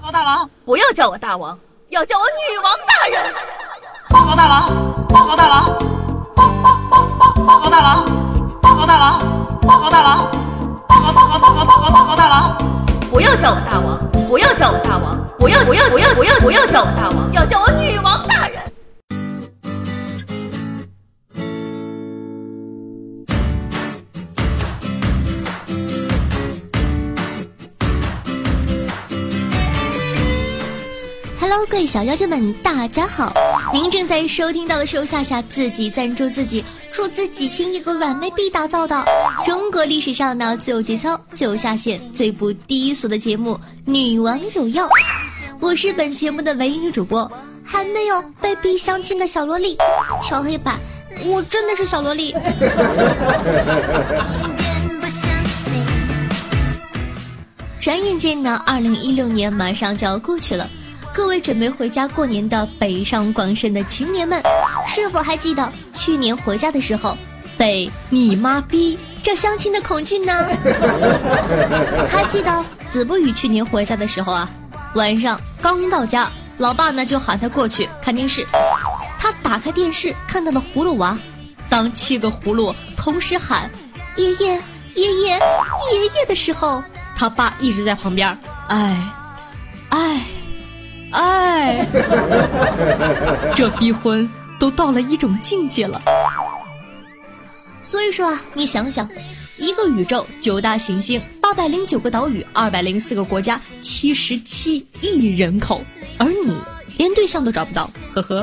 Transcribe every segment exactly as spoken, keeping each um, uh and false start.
报大王， 不要叫我大王，要叫我女王大人。 报告大王，报告大王，报报报报报告大王，报告大王，报告大王，报告报告报告报告报告大王。 不要叫我大王，不要叫我大王，不要不要不要不要不要叫我大王，要叫我女王大人。 Hello， 各位小妖精们，大家好！您正在收听到的是由夏夏自己赞助自己，出自己亲一个软妹币打造的中国历史上呢最有节操、最有下限、最不低俗的节目《女王有药》。我是本节目的唯一女主播，还没有被逼相亲的小萝莉。敲黑板，我真的是小萝莉。转眼间呢，二零一六年马上就要过去了。各位准备回家过年的北上广深的青年们，是否还记得去年回家的时候被你妈逼这相亲的恐惧呢？还记得子不语去年回家的时候啊，晚上刚到家，老爸呢就喊他过去看电视。他打开电视看到了葫芦娃，当七个葫芦同时喊爷爷爷爷爷爷的时候，他爸一直在旁边，哎哎哎，这逼婚都到了一种境界了。所以说啊，你想想，一个宇宙，九大行星，八百零九个岛屿，二百零四个国家，七十七亿人口，而你连对象都找不到，呵呵。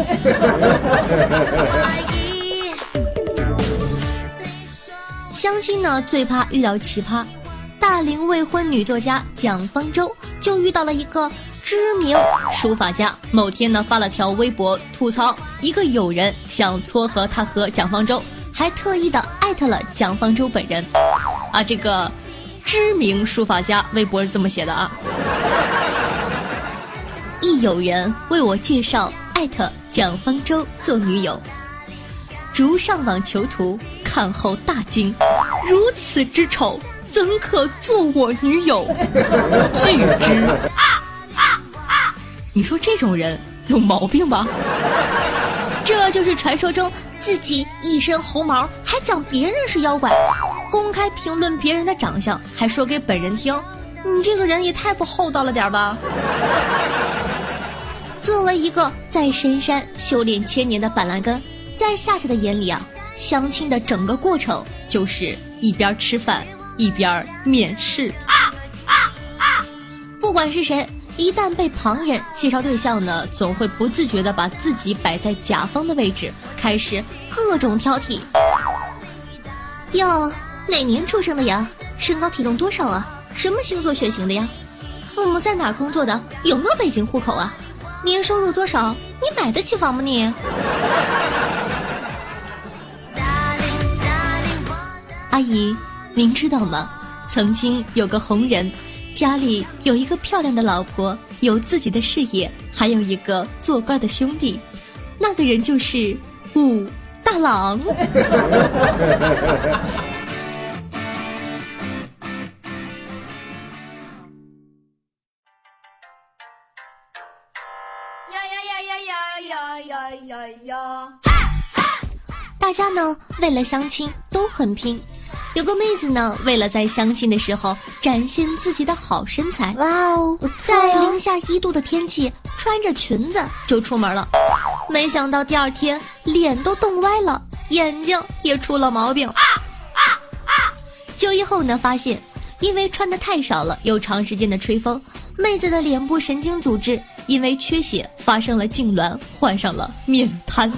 相亲呢，最怕遇到奇葩。大龄未婚女作家蒋方舟就遇到了一个知名书法家，某天呢发了条微博吐槽一个友人想撮合他和蒋方舟，还特意的艾特了蒋方舟本人。啊，这个知名书法家微博是这么写的啊：一友人为我介绍艾特蒋方舟做女友，逐上网求图，看后大惊，如此之丑，怎可做我女友？拒之。你说这种人有毛病吧？这就是传说中自己一身猴毛还讲别人是妖怪，公开评论别人的长相还说给本人听，你这个人也太不厚道了点吧。作为一个在深山修炼千年的板蓝根，在夏夏的眼里啊，相亲的整个过程就是一边吃饭一边面试。啊啊啊！不管是谁，一旦被旁人介绍对象呢，总会不自觉地把自己摆在甲方的位置，开始各种挑剔。哟，哪年出生的呀？身高体重多少啊？什么星座血型的呀？父母在哪儿工作的？有没有北京户口啊？年收入多少？你买得起房吗你？阿姨，您知道吗？曾经有个红人，家里有一个漂亮的老婆，有自己的事业，还有一个做官的兄弟，那个人就是武大郎。 呀呀呀呀呀呀呀呀！ 大家呢为了相亲都很拼。有个妹子呢，为了在相亲的时候展现自己的好身材， 哇哦， 在零下一度的天气穿着裙子就出门了，没想到第二天脸都冻歪了，眼睛也出了毛病。啊啊啊！就医后呢，发现因为穿得太少了，又长时间的吹风，妹子的脸部神经组织因为缺血发生了痉挛，患上了面瘫。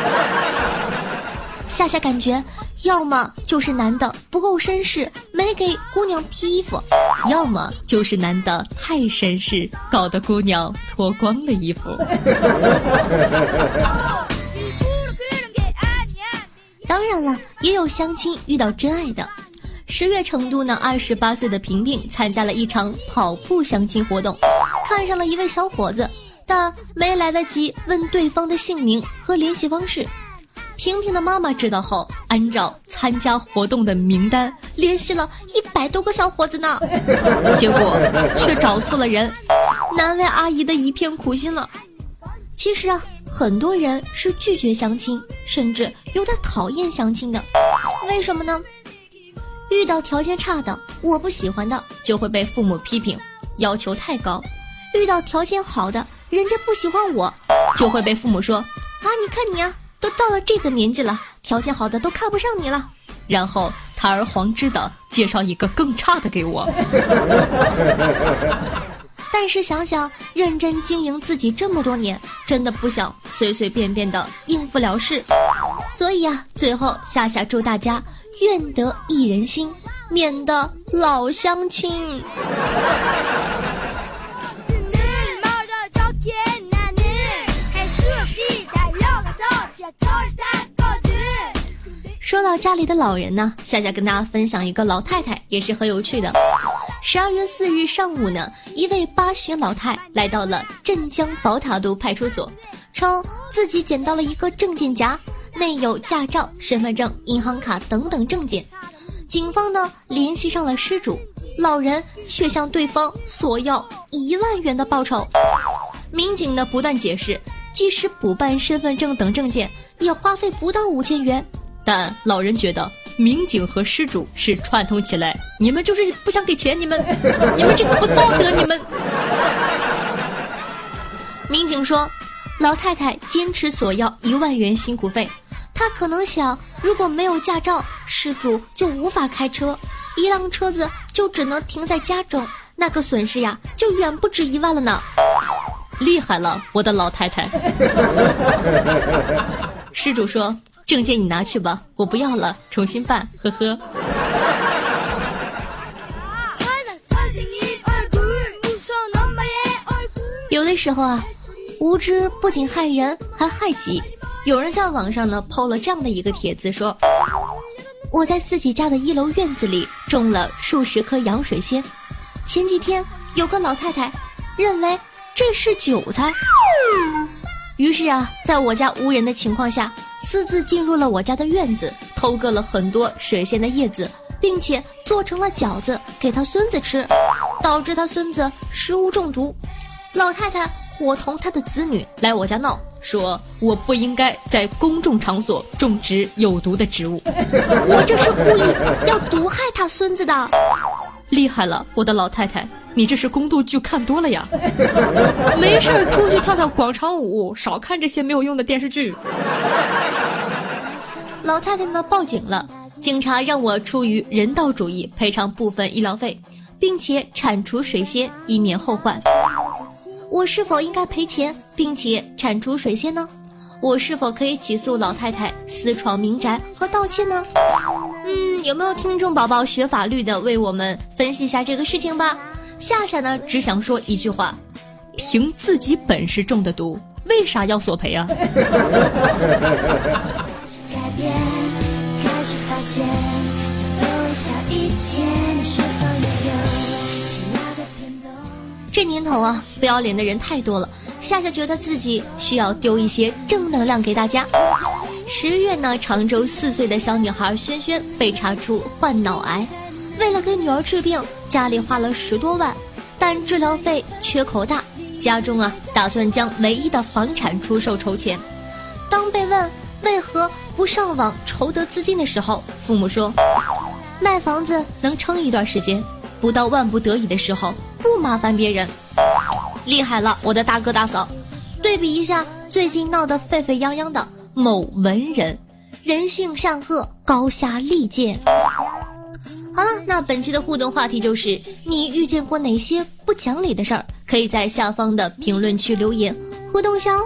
夏夏感觉要么就是男的不够绅士，没给姑娘披衣服，要么就是男的太绅士，搞得姑娘脱光了衣服。当然了，也有相亲遇到真爱的。十月成都呢，二十八岁的萍萍参加了一场跑步相亲活动，看上了一位小伙子，但没来得及问对方的姓名和联系方式。萍萍的妈妈知道后，按照参加活动的名单联系了一百多个小伙子呢，结果却找错了人。 难为阿姨的一片苦心了。其实啊，很多人是拒绝相亲，甚至有点讨厌相亲的。为什么呢？遇到条件差的，我不喜欢的，就会被父母批评，要求太高；遇到条件好的，人家不喜欢我，就会被父母说啊，你看你啊，都到了这个年纪了，条件好的都看不上你了。然后堂而皇之的介绍一个更差的给我。但是想想认真经营自己这么多年，真的不想随随便便的应付了事。所以啊，最后夏夏祝大家愿得一人心，免得老相亲。说到家里的老人呢，夏夏跟大家分享一个老太太，也是很有趣的。十二月四日上午呢，一位八旬老太来到了镇江宝塔渡派出所，称自己捡到了一个证件夹，内有驾照、身份证、银行卡等等证件。警方呢联系上了失主，老人却向对方索要一万元的报酬。民警呢不断解释，即使补办身份证等证件，也花费不到五千元。但老人觉得民警和失主是串通起来，你们就是不想给钱，你们你们这个不道德，你们。民警说，老太太坚持索要一万元辛苦费，她可能想，如果没有驾照，失主就无法开车，一辆车子就只能停在家中，那个损失呀就远不止一万了呢。厉害了，我的老太太。失主说，证件你拿去吧，我不要了，重新办，呵呵。有的时候啊，无知不仅害人还害己。有人在网上呢 po 了这样的一个帖子，说我在自己家的一楼院子里种了数十棵洋水仙，前几天有个老太太认为这是韭菜，于是啊，在我家无人的情况下，私自进入了我家的院子，偷割了很多水仙的叶子，并且做成了饺子给他孙子吃，导致他孙子食物中毒。老太太伙同他的子女来我家闹，说我不应该在公众场所种植有毒的植物，我这是故意要毒害他孙子的。厉害了，我的老太太，你这是宫斗剧看多了呀。没事出去跳跳广场舞，少看这些没有用的电视剧。老太太呢报警了，警察让我出于人道主义赔偿部分医疗费，并且铲除水仙以免后患。我是否应该赔钱并且铲除水仙呢？我是否可以起诉老太太私闯民宅和盗窃呢？嗯，有没有听众宝宝学法律的为我们分析一下这个事情吧？夏夏呢只想说一句话，凭自己本事中的毒，为啥要索赔啊？改变开始发现多少一天是否也有其他的片段。这年头啊，不要脸的人太多了，夏夏觉得自己需要丢一些正能量给大家。十月呢，常州四岁的小女孩萱萱被查出患脑癌，为了给女儿治病，家里花了十多万，但治疗费缺口大，家中啊打算将唯一的房产出售筹钱。当被问为何不上网筹得资金的时候，父母说卖房子能撑一段时间，不到万不得已的时候不麻烦别人。厉害了，我的大哥大嫂。对比一下最近闹得沸沸扬扬的某文人，人性善恶，高下立见。好了，那本期的互动话题就是你遇见过哪些不讲理的事儿，可以在下方的评论区留言互动一下哦。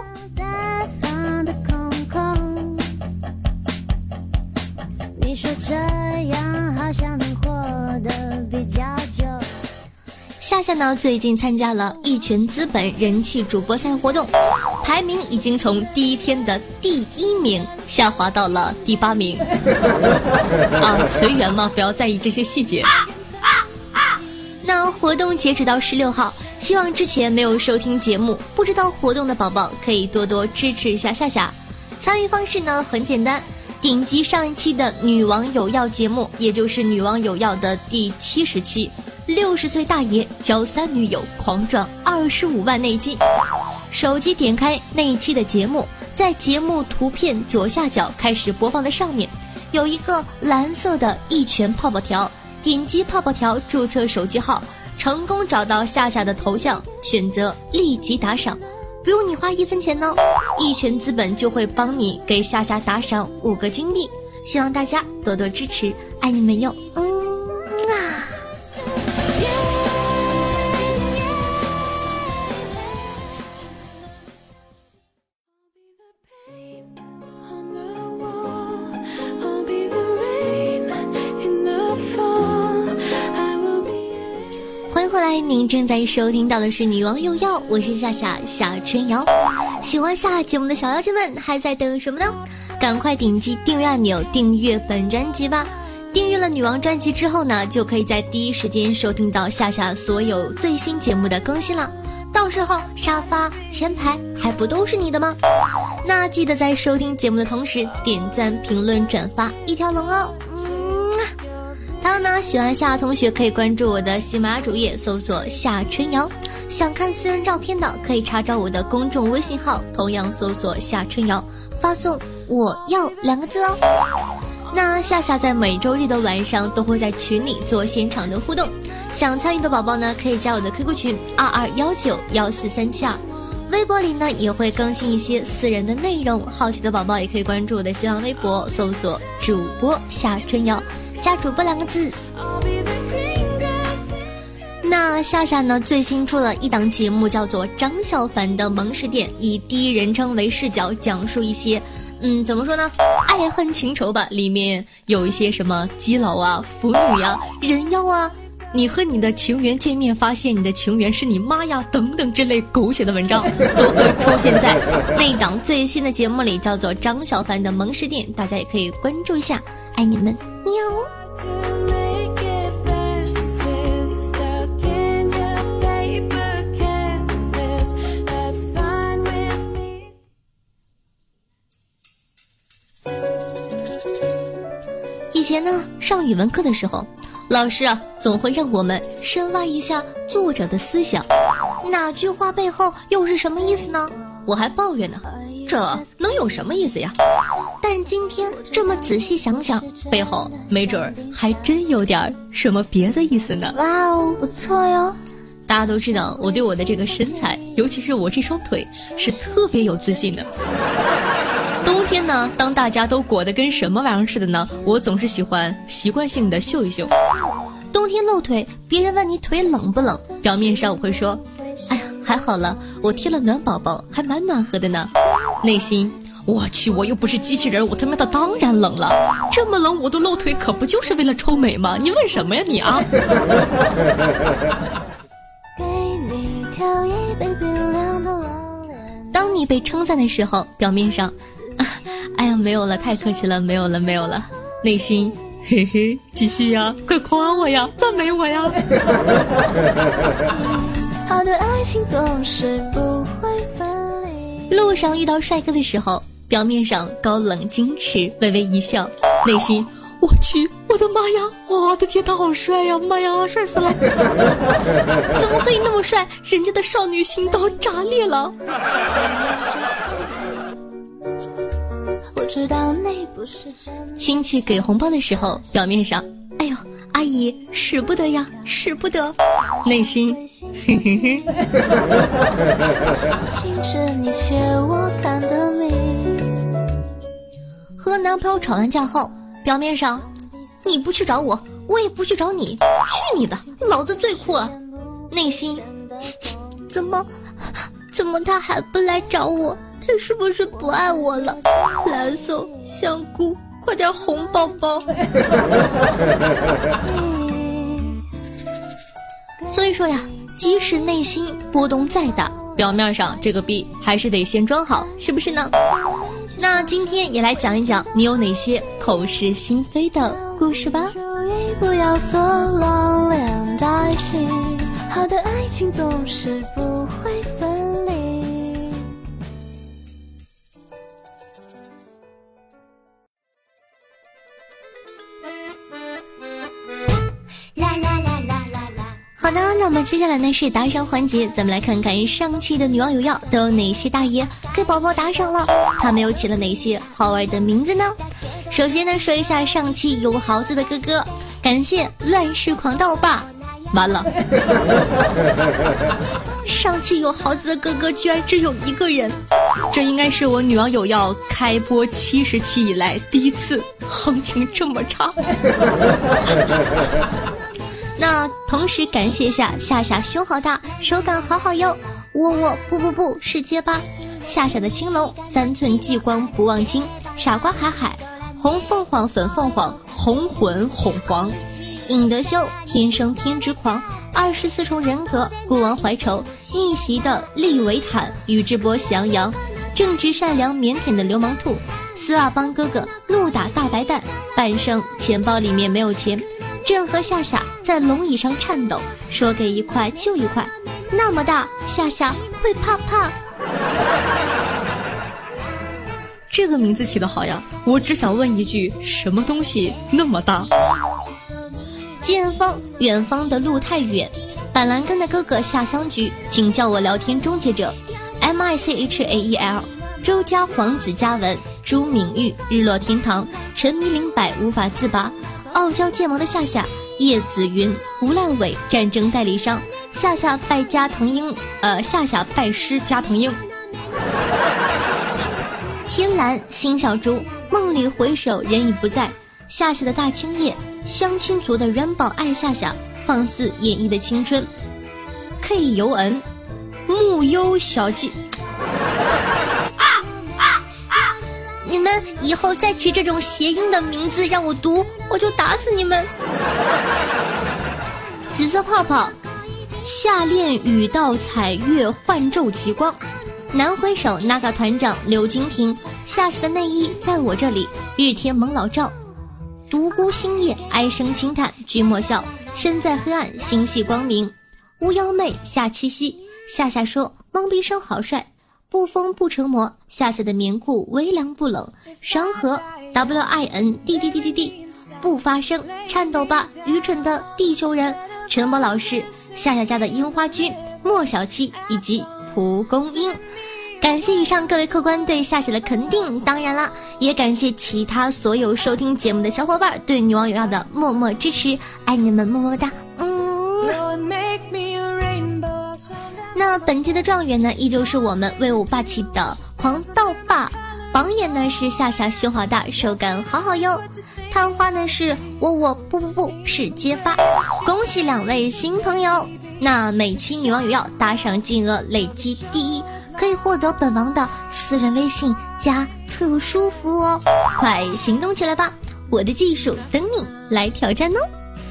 你说这样好像能活得比较久。夏夏呢最近参加了一拳资本人气主播赛活动，排名已经从第一天的第一名下滑到了第八名。啊，随缘嘛，不要在意这些细节。那活动截止到十六号，希望之前没有收听节目不知道活动的宝宝可以多多支持一下夏夏。参与方式呢很简单，顶级上一期的女王有药节目，也就是女王有药的第七十期， 六十岁大爷教三女友狂赚二十五万内金。手机点开那一期的节目，在节目图片左下角开始播放的上面有一个蓝色的一拳泡泡条，点击泡泡条注册手机号，成功找到夏夏的头像，选择立即打赏，不用你花一分钱呢，一拳资本就会帮你给夏夏打赏五个金币，希望大家多多支持，爱你们哟，嗯啊。欢迎回来，您正在收听到的是女王有药，我是夏夏夏春瑶。喜欢下节目的小妖精们还在等什么呢？赶快点击订阅按钮订阅本专辑吧。订阅了女王专辑之后呢，就可以在第一时间收听到夏夏所有最新节目的更新了，到时候沙发前排还不都是你的吗？那记得在收听节目的同时点赞评论转发一条龙哦。嗯，还有呢，喜欢夏同学可以关注我的喜马拉雅主页搜索夏春瑶，想看私人照片的可以查找我的公众微信号，同样搜索夏春瑶，发送我要两个字哦。那夏夏在每周日的晚上都会在群里做现场的互动，想参与的宝宝呢可以加我的 Q Q 群二二一九一四三七二，微博里呢也会更新一些私人的内容，好奇的宝宝也可以关注我的新浪微博搜索主播夏春瑶，加主播两个字。那夏夏呢最新出了一档节目叫做张小凡的萌食店，以第一人称为视角讲述一些嗯，怎么说呢？爱恨情仇吧，里面有一些什么基佬啊、腐女啊、人妖啊，你和你的情缘见面，发现你的情缘是你妈呀，等等之类狗血的文章都会出现在那档最新的节目里，叫做张小凡的萌食店，大家也可以关注一下，爱你们，喵。以前呢，上语文课的时候，老师啊总会让我们深挖一下作者的思想，哪句话背后又是什么意思呢？我还抱怨呢，这能有什么意思呀？但今天这么仔细想想，背后没准儿还真有点什么别的意思呢。 哇哦，不错哟。 大家都知道我对我的这个身材，尤其是我这双腿是特别有自信的。冬天呢，当大家都裹得跟什么玩意儿似的呢，我总是喜欢习惯性的秀一秀。冬天露腿，别人问你腿冷不冷，表面上我会说，哎呀还好了，我贴了暖宝宝，还蛮暖和的呢。内心，我去，我又不是机器人，我他妈的当然冷了，这么冷我都露腿，可不就是为了臭美吗？你问什么呀你啊？当你被称赞的时候，表面上哎呀没有了，太客气了，没有了没有了，内心嘿嘿继续呀，快夸我呀，赞美我呀。好的爱情总是不会分离。路上遇到帅哥的时候，表面上高冷矜持，微微一笑，内心我去，我的妈呀，我的天，他好帅呀，妈呀，帅死了。怎么可以那么帅，人家的少女心都炸裂了。亲戚给红包的时候，表面上哎呦阿姨使不得呀，使不得，内心嘿嘿嘿。和男朋友吵完架后，表面上你不去找我，我也不去找你，去你的，老子最酷了。内心怎么怎么他还不来找我，他是不是不爱我了？蓝瘦香菇，快点红包包。所以说呀，即使内心波动再大，表面上这个逼还是得先装好，是不是呢？那今天也来讲一讲你有哪些口是心非的故事吧。不要做冷脸代替，好的爱情总是不会分离。 啦啦啦啦啦啦那么接下来呢是打赏环节，咱们来看看上期的女网友要都有哪些大爷给宝宝打赏了，他们又起了哪些好玩的名字呢？首先呢说一下上期有豪子的哥哥，感谢乱世狂盗霸。完了，上期有豪子的哥哥居然只有一个人，这应该是我女网友要开播七十期以来第一次行情这么差。那同时感谢一下夏夏胸好大，手感好好哟，窝窝不不不是结巴，夏夏的青龙三寸激光不忘情，傻瓜海海，红凤凰粉凤凰，红魂红黄，尹德修天生偏执狂，二十四重人格孤王怀愁，逆袭的利维坦，宇智波喜羊羊，正直善良腼腆的流氓兔，斯瓦邦哥哥怒打大白蛋，半生钱包里面没有钱，朕和夏夏在龙椅上颤抖，说给一块就一块，那么大夏夏会怕怕。这个名字起得好呀，我只想问一句，什么东西那么大？剑锋远方的路太远，板蓝根的哥哥下香菊，请叫我聊天终结者 M I C H A E L， 周家皇子嘉文，朱敏玉，日落天堂，沉迷灵摆无法自拔，傲娇剑王的夏夏，叶子云，吴烂伟，战争代理商，夏夏拜加藤鹰，呃，夏夏拜师加藤鹰，天蓝，新小猪，梦里回首人已不在，夏夏的大青叶，相亲族的软宝爱夏夏，放肆演绎的青春 K 尤恩，木优小鸡。你们以后再起这种谐音的名字让我读，我就打死你们。紫色泡泡，夏恋雨到彩月幻昼极光，南回首那个团长刘金婷，夏夏的内衣在我这里，日天蒙老赵，独孤星夜，哀声轻叹君莫笑，身在黑暗心系光明，巫妖妹夏七夕，夏夏说懵逼生好帅，不疯不成魔，夏夏的棉裤微凉不冷，双河 W I N D D D D D 不发声，颤抖吧愚蠢的地球人，陈默老师，夏夏家的樱花君莫小七以及蒲公英。感谢以上各位客官对夏夏的肯定，当然啦，也感谢其他所有收听节目的小伙伴对女网友要的默默支持，爱你们么么哒。嗯，那本期的状元呢，依旧是我们威武霸气的狂盗霸，榜眼呢是夏夏胸好大，手感好好哟，探花呢是我我不不不是结巴。恭喜两位新朋友，那每期女网友要打赏金额累积第一，可以获得本王的私人微信加特殊服务哦，快行动起来吧，我的技术等你来挑战哦。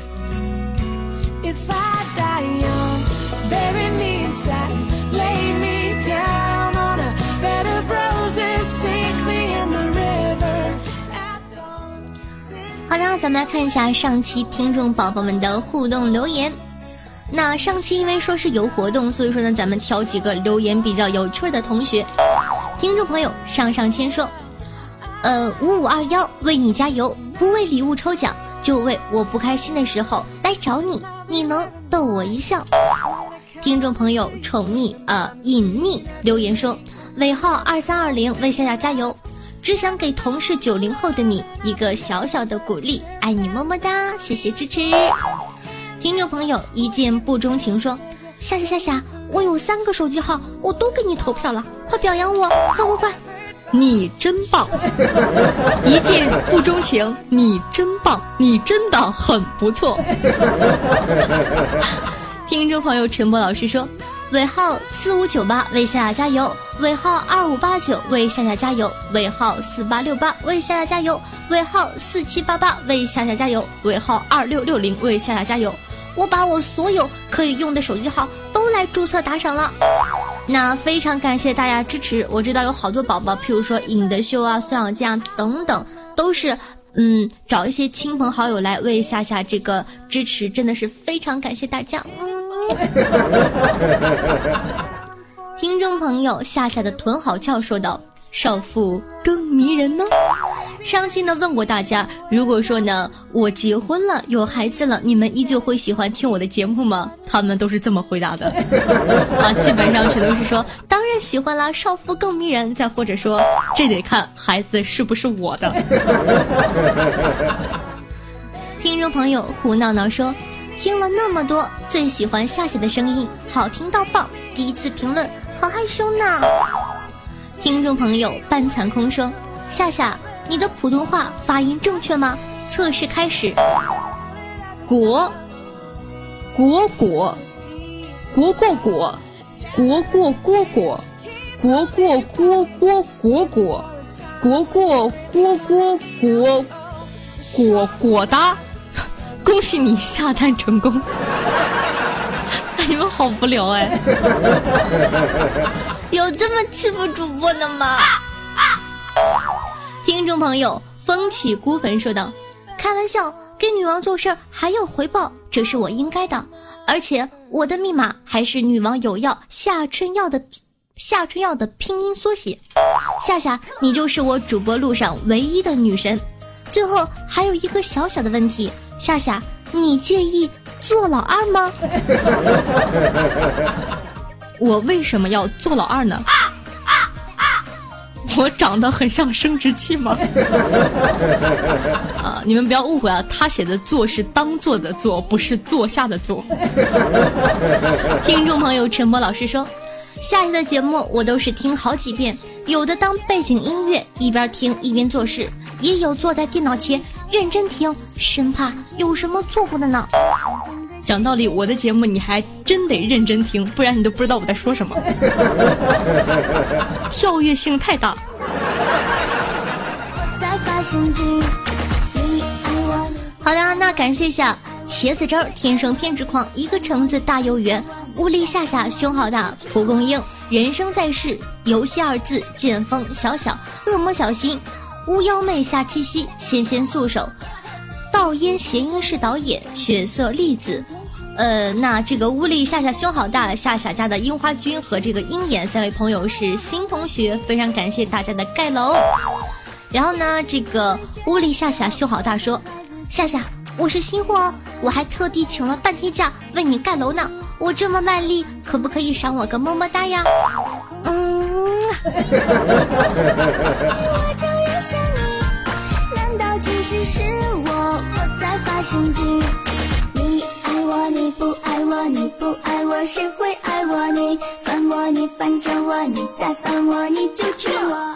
If I die young, bury me inside, lay me down on a bed of roses, sink me in the river at dawn. 好的，咱们来看一下上期听众宝宝们的互动留言。那上期因为说是有活动，所以说呢咱们挑几个留言比较有趣的同学。听众朋友上上签说，呃五五二幺为你加油，不为礼物抽奖，就为我不开心的时候来找你，你能逗我一笑。听众朋友宠溺呃隐匿留言说，尾号二三二零为夏夏加油，只想给同是九零后的你一个小小的鼓励，爱你么么哒，谢谢支持。听众朋友一见不钟情说，夏夏夏夏，我有三个手机号，我都给你投票了，快表扬我，快快快！你真棒！一见不钟情，你真棒，你真的很不错。听众朋友陈博老师说，尾号四五九八为夏夏加油，尾号二五八九为夏夏加油，尾号四八六八为夏夏加油，尾号四七八八为夏夏加油，尾号二六六零为夏夏加油。我把我所有可以用的手机号都来注册打赏了，那非常感谢大家支持。我知道有好多宝宝，譬如说尹德秀啊、孙小酱等等，都是嗯找一些亲朋好友来为夏夏这个支持，真的是非常感谢大家。嗯、听众朋友夏夏的臀好翘说道， 少妇更迷人呢？上期呢问过大家，如果说呢我结婚了有孩子了，你们依旧会喜欢听我的节目吗？他们都是这么回答的啊，基本上全都是说当然喜欢啦，少妇更迷人，再或者说这得看孩子是不是我的。听众朋友胡闹闹说，听了那么多，最喜欢夏夏的声音，好听到爆，第一次评论好害羞呢。听众朋友半残空说，夏夏你的普通话发音正确吗？测试开始。国国果国过果国过锅果国过锅锅果果国过锅锅果果果哒，恭喜你下单成功。你们好无聊哎。有这么欺负主播的吗？听众朋友风起孤坟说道，开玩笑，给女王做事还要回报，这是我应该的，而且我的密码还是女王有药夏春药的夏春药的拼音缩写。夏夏你就是我主播路上唯一的女神。最后还有一个小小的问题，夏夏你介意做老二吗？我为什么要做老二呢？我长得很像生殖器吗？啊，你们不要误会啊，他写的做是当做的做，不是坐下的坐。听众朋友陈博老师说，下一的节目我都是听好几遍，有的当背景音乐一边听一边做事，也有坐在电脑前认真听，生怕有什么错过的呢。讲道理，我的节目你还真得认真听，不然你都不知道我在说什么。跳跃性太大。好的，那感谢一下茄子汁儿、天生偏执狂、一个橙子大又圆、物力下下胸好大、蒲公英、人生在世、游戏二字、剑锋小小、恶魔小新、巫妖妹下七夕、纤纤素手、道烟谐音是导演、血色粒子，呃，那这个物力夏夏胸好大，夏夏家的樱花君和这个鹰眼三位朋友是新同学，非常感谢大家的盖楼。然后呢，这个物力夏夏胸好大说，夏夏我是新货哦，我还特地请了半天假为你盖楼呢，我这么卖力，可不可以赏我个么么哒呀？嗯。我就要想你，难道其实是我我在发神经？你爱我你不爱我，你不爱我谁会爱我？你烦我你烦着我，你再烦我你就娶我。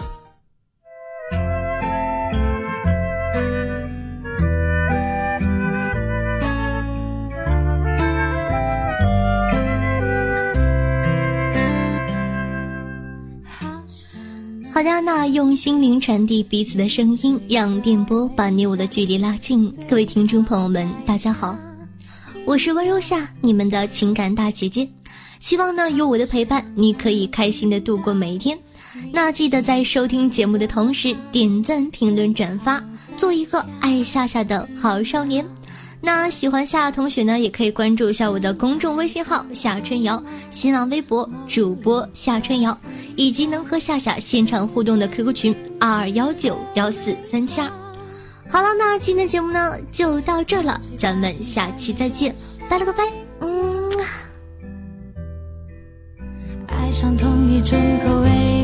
好的，那用心灵传递彼此的声音，让电波把你我的距离拉近。各位听众朋友们大家好，我是温柔夏，你们的情感大姐姐。希望呢有我的陪伴，你可以开心的度过每一天。那记得在收听节目的同时点赞评论转发，做一个爱夏夏的好少年。那喜欢夏夏同学呢，也可以关注一下我的公众微信号夏春瑶，新浪微博主播夏春瑶，以及能和夏夏现场互动的 Q Q 群二二幺九幺四三七二。好了，那今天的节目呢就到这了，咱们下期再见，拜了个拜。嗯， 爱上同一种口味。